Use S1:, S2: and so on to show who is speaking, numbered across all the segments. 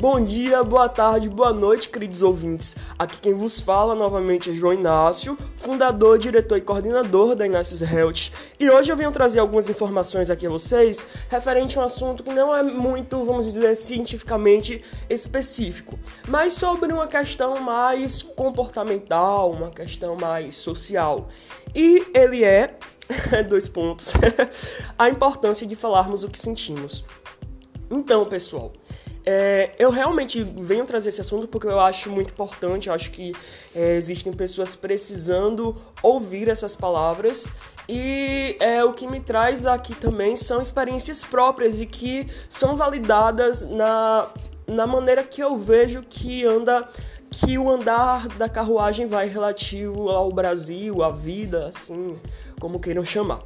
S1: Bom dia, boa tarde, boa noite, queridos ouvintes. Aqui quem vos fala novamente é João Inácio, fundador, diretor e coordenador da Inácio's Health. E hoje eu venho trazer algumas informações aqui a vocês referente a um assunto que não é muito, vamos dizer, cientificamente específico, mas sobre uma questão mais comportamental, uma questão mais social. E ele é, dois pontos, a importância de falarmos o que sentimos. Então, pessoal, eu realmente venho trazer esse assunto porque eu acho muito importante, eu acho que existem pessoas precisando ouvir essas palavras e o que me traz aqui também são experiências próprias e que são validadas na maneira que eu vejo que o andar da carruagem vai relativo ao Brasil, à vida, assim, como queiram chamar.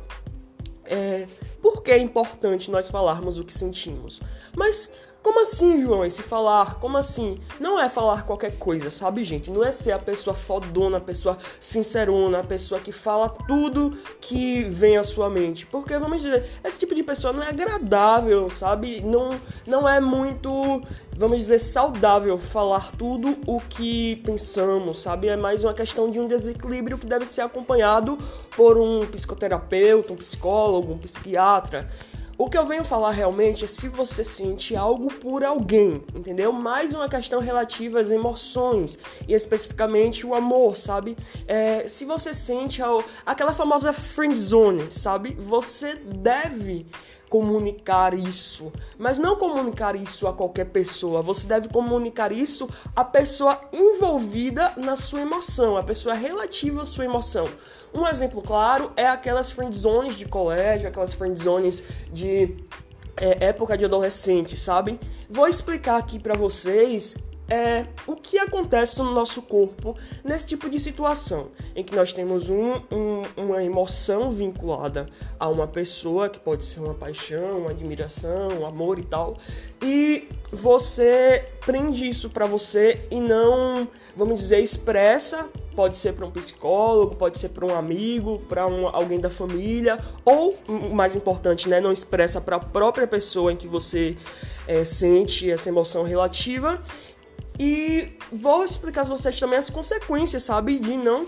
S1: Por que é importante nós falarmos o que sentimos? Mas como assim, João, esse falar? Como assim? Não é falar qualquer coisa, sabe, gente? Não é ser a pessoa fodona, a pessoa sincerona, a pessoa que fala tudo que vem à sua mente. Porque, vamos dizer, esse tipo de pessoa não é agradável, sabe? Não é muito, vamos dizer, saudável falar tudo o que pensamos, sabe? É mais uma questão de um desequilíbrio que deve ser acompanhado por um psicoterapeuta, um psicólogo, um psiquiatra. O que eu venho falar realmente é se você sente algo por alguém, entendeu? Mais uma questão relativa às emoções e especificamente o amor, sabe? Se você sente aquela famosa friend zone, sabe? Você deve comunicar isso, mas não comunicar isso a qualquer pessoa, você deve comunicar isso à pessoa envolvida na sua emoção, a pessoa relativa à sua emoção. Um exemplo claro é aquelas friend zones de colégio, aquelas friend zones de época de adolescente, sabe? Vou explicar aqui pra vocês o que acontece no nosso corpo nesse tipo de situação, em que nós temos uma emoção vinculada a uma pessoa, que pode ser uma paixão, uma admiração, um amor e tal, e você prende isso pra você e não, vamos dizer, expressa. Pode ser para um psicólogo, pode ser para um amigo, para alguém da família, ou, o mais importante, né, não expressa para a própria pessoa em que você sente essa emoção relativa. E vou explicar a vocês também as consequências, sabe, de não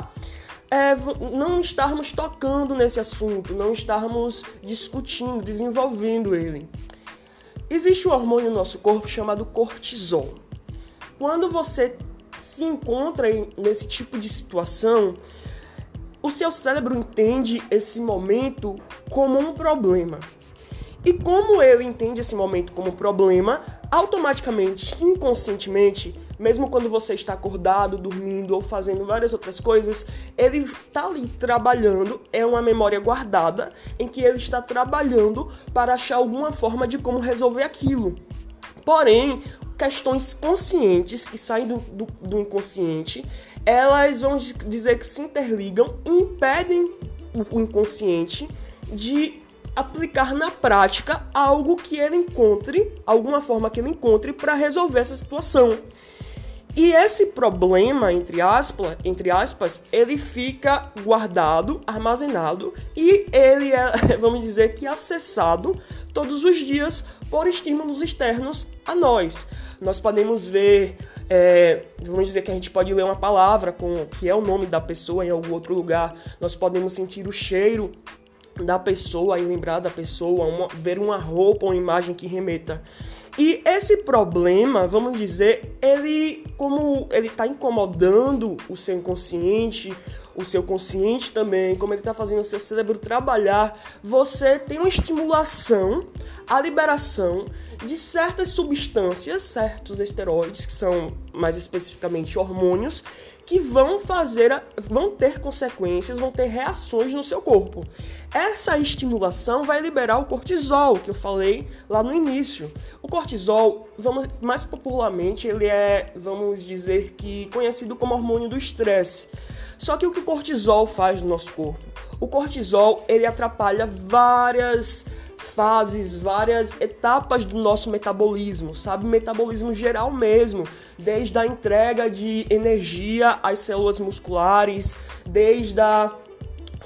S1: estarmos tocando nesse assunto, não estarmos discutindo, desenvolvendo ele. Existe um hormônio no nosso corpo chamado cortisol. Quando você se encontra nesse tipo de situação, o seu cérebro entende esse momento como um problema. E como ele entende esse momento como problema, automaticamente, inconscientemente, mesmo quando você está acordado, dormindo ou fazendo várias outras coisas, ele está ali trabalhando, é uma memória guardada, em que ele está trabalhando para achar alguma forma de como resolver aquilo. Porém, questões conscientes que saem do inconsciente, elas vão dizer que se interligam e impedem o inconsciente de aplicar na prática algo que ele encontre, alguma forma que ele encontre para resolver essa situação. E esse problema, entre aspas, ele fica guardado, armazenado e ele é, vamos dizer que acessado todos os dias por estímulos externos a nós. Nós podemos ver, vamos dizer que a gente pode ler uma palavra que é o nome da pessoa em algum outro lugar. Nós podemos sentir o cheiro da pessoa e lembrar da pessoa, ver uma roupa, uma imagem que remeta. E esse problema, vamos dizer, como ele está incomodando o seu inconsciente, o seu consciente também, como ele está fazendo o seu cérebro trabalhar, você tem uma estimulação, a liberação de certas substâncias, certos esteroides, que são mais especificamente hormônios, que vão ter consequências, vão ter reações no seu corpo. Essa estimulação vai liberar o cortisol, que eu falei lá no início. O cortisol, mais popularmente, ele vamos dizer que conhecido como hormônio do estresse. Só que o que o cortisol faz no nosso corpo? O cortisol, ele atrapalha várias fases, várias etapas do nosso metabolismo, sabe? Metabolismo geral mesmo, desde a entrega de energia às células musculares, desde a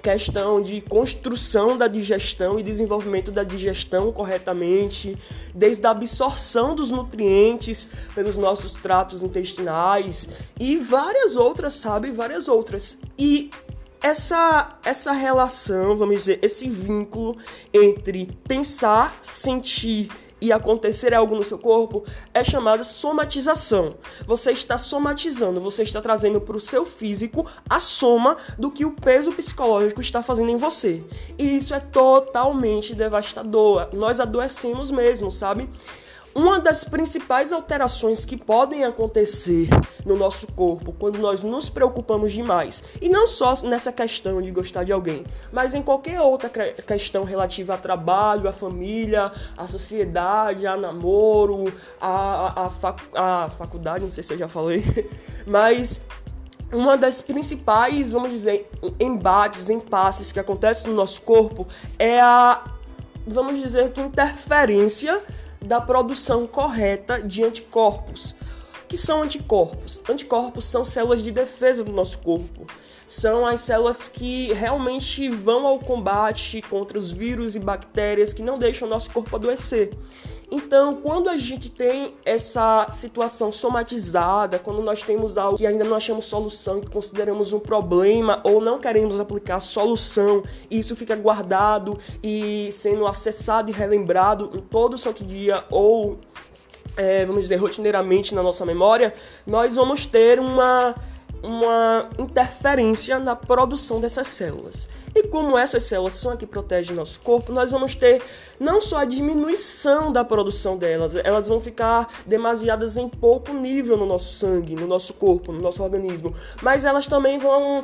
S1: questão de construção da digestão e desenvolvimento da digestão corretamente, desde a absorção dos nutrientes pelos nossos tratos intestinais e várias outras, sabe? Várias outras. E essa relação, vamos dizer, esse vínculo entre pensar, sentir e acontecer algo no seu corpo é chamada somatização. Você está somatizando, você está trazendo para o seu físico a soma do que o peso psicológico está fazendo em você. E isso é totalmente devastador. Nós adoecemos mesmo, sabe? Uma das principais alterações que podem acontecer no nosso corpo quando nós nos preocupamos demais, e não só nessa questão de gostar de alguém, mas em qualquer outra questão relativa a trabalho, a família, a sociedade, a namoro, a faculdade, não sei se eu já falei, mas uma das principais, vamos dizer, embates, impasses que acontecem no nosso corpo é vamos dizer, que interferência da produção correta de anticorpos. O que são anticorpos? Anticorpos são células de defesa do nosso corpo. São as células que realmente vão ao combate contra os vírus e bactérias que não deixam o nosso corpo adoecer. Então, quando a gente tem essa situação somatizada, quando nós temos algo que ainda não achamos solução e que consideramos um problema ou não queremos aplicar a solução, e isso fica guardado e sendo acessado e relembrado em todo santo dia ou, vamos dizer, rotineiramente na nossa memória, nós vamos ter uma interferência na produção dessas células. E como essas células são as que protegem nosso corpo, nós vamos ter não só a diminuição da produção delas, elas vão ficar demasiadas em pouco nível no nosso sangue, no nosso corpo, no nosso organismo, mas elas também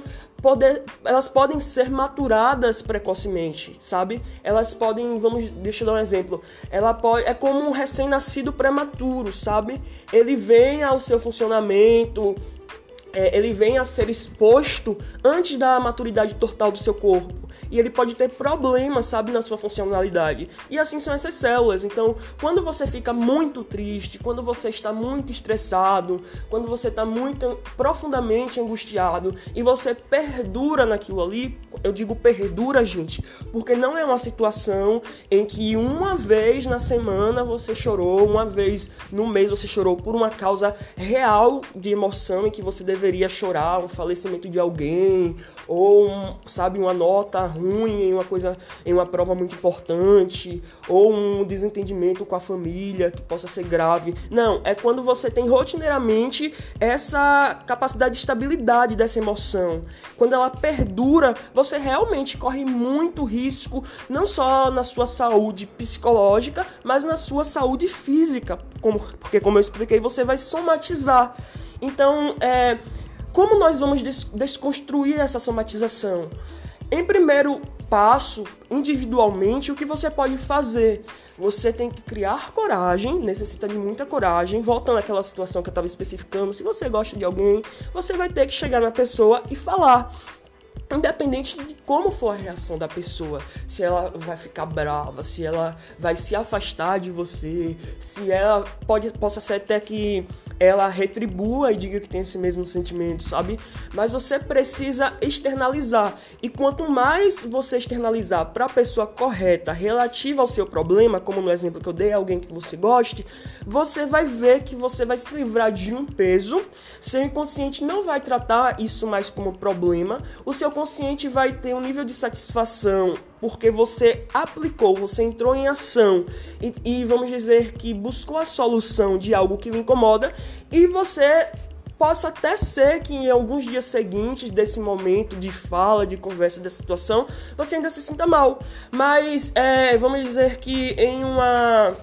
S1: elas podem ser maturadas precocemente, sabe? Elas podem, deixa eu dar um exemplo, é como um recém-nascido prematuro, sabe? Ele vem ao seu funcionamento, ele vem a ser exposto antes da maturidade total do seu corpo. E ele pode ter problemas, sabe, na sua funcionalidade. E assim são essas células. Então, quando você fica muito triste, quando você está muito estressado, quando você está muito profundamente angustiado e você perdura naquilo ali, eu digo perdura, gente, porque não é uma situação em que uma vez na semana você chorou, uma vez no mês você chorou por uma causa real de emoção em que você deveria chorar, um falecimento de alguém, ou, uma nota ruim em uma prova muito importante, ou um desentendimento com a família que possa ser grave. Não, é quando você tem rotineiramente essa capacidade de estabilidade dessa emoção. Quando ela perdura, você realmente corre muito risco, não só na sua saúde psicológica, mas na sua saúde física, porque como eu expliquei, você vai somatizar. Então, como nós vamos desconstruir essa somatização? Em primeiro passo, individualmente, o que você pode fazer? Você tem que criar coragem, necessita de muita coragem. Voltando àquela situação que eu estava especificando, se você gosta de alguém, você vai ter que chegar na pessoa e falar. Independente de como for a reação da pessoa, se ela vai ficar brava, se ela vai se afastar de você, se ela possa ser até que ela retribua e diga que tem esse mesmo sentimento, sabe? Mas você precisa externalizar. E quanto mais você externalizar para a pessoa correta, relativa ao seu problema, como no exemplo que eu dei, alguém que você goste, você vai ver que você vai se livrar de um peso. Seu inconsciente não vai tratar isso mais como problema. O seu consciente vai ter um nível de satisfação porque você aplicou, você entrou em ação e vamos dizer que buscou a solução de algo que lhe incomoda, e você possa até ser que em alguns dias seguintes desse momento de fala, de conversa, dessa situação, você ainda se sinta mal. Mas vamos dizer que em uma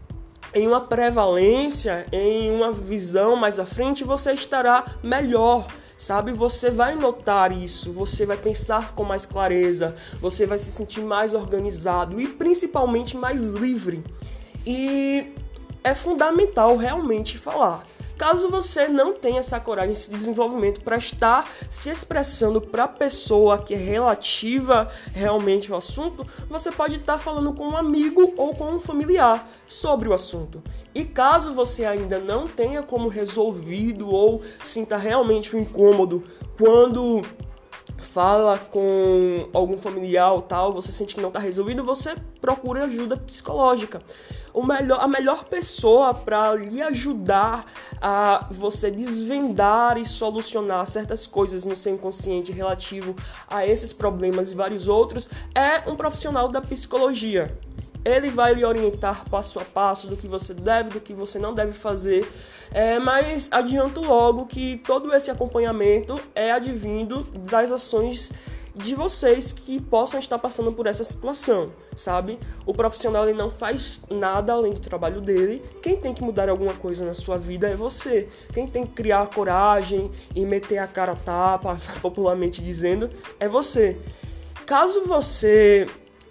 S1: prevalência, em uma visão mais à frente, você estará melhor. Sabe, você vai notar isso, você vai pensar com mais clareza, você vai se sentir mais organizado e principalmente mais livre. E é fundamental realmente falar. Caso você não tenha essa coragem, esse desenvolvimento para estar se expressando para a pessoa que é relativa realmente ao assunto, você pode estar falando com um amigo ou com um familiar sobre o assunto. E caso você ainda não tenha como resolvido ou sinta realmente um incômodo quando fala com algum familiar ou tal, você sente que não está resolvido, você procura ajuda psicológica. A melhor pessoa para lhe ajudar a você desvendar e solucionar certas coisas no seu inconsciente relativo a esses problemas e vários outros é um profissional da psicologia. Ele vai lhe orientar passo a passo do que você deve, do que você não deve fazer. Mas adianto logo que todo esse acompanhamento é advindo das ações de vocês que possam estar passando por essa situação, sabe? O profissional ele não faz nada além do trabalho dele. Quem tem que mudar alguma coisa na sua vida é você. Quem tem que criar coragem e meter a cara a tapa, popularmente dizendo, é você. Caso você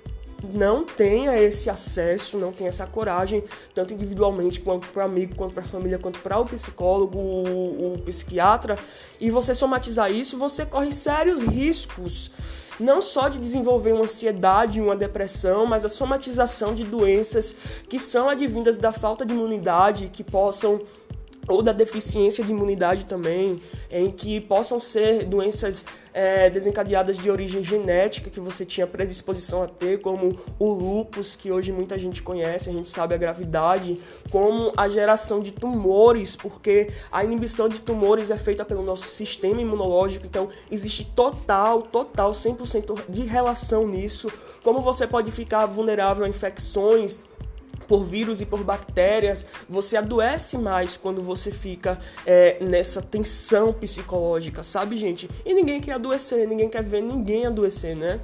S1: não tenha esse acesso, não tenha essa coragem, tanto individualmente quanto para o amigo, quanto para a família, quanto para o psicólogo, o psiquiatra, e você somatizar isso, você corre sérios riscos, não só de desenvolver uma ansiedade, uma depressão, mas a somatização de doenças que são advindas da falta de imunidade, que possam ou da deficiência de imunidade também, em que possam ser doenças desencadeadas de origem genética que você tinha predisposição a ter, como o lúpus, que hoje muita gente conhece, a gente sabe a gravidade, como a geração de tumores, porque a inibição de tumores é feita pelo nosso sistema imunológico, então existe total, 100% de relação nisso, como você pode ficar vulnerável a infecções por vírus e por bactérias, você adoece mais quando você fica nessa tensão psicológica, sabe, gente? E ninguém quer adoecer, ninguém quer ver ninguém adoecer, né?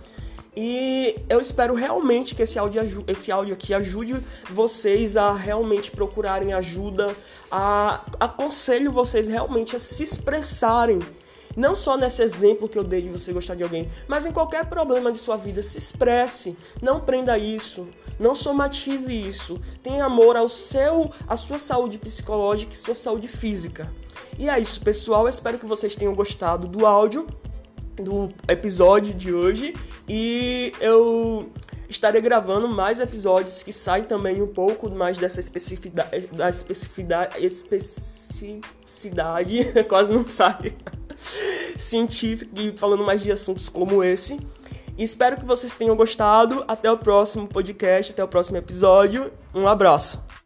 S1: E eu espero realmente que esse áudio aqui ajude vocês a realmente procurarem ajuda, aconselho vocês realmente a se expressarem. Não só nesse exemplo que eu dei de você gostar de alguém, mas em qualquer problema de sua vida, se expresse, não prenda isso, não somatize isso, tenha amor à sua saúde psicológica e sua saúde física. E é isso, pessoal, eu espero que vocês tenham gostado do áudio, do episódio de hoje, e eu estarei gravando mais episódios que saem também um pouco mais dessa especificidade, quase não sai, científica e falando mais de assuntos como esse. E espero que vocês tenham gostado. Até o próximo podcast, até o próximo episódio. Um abraço.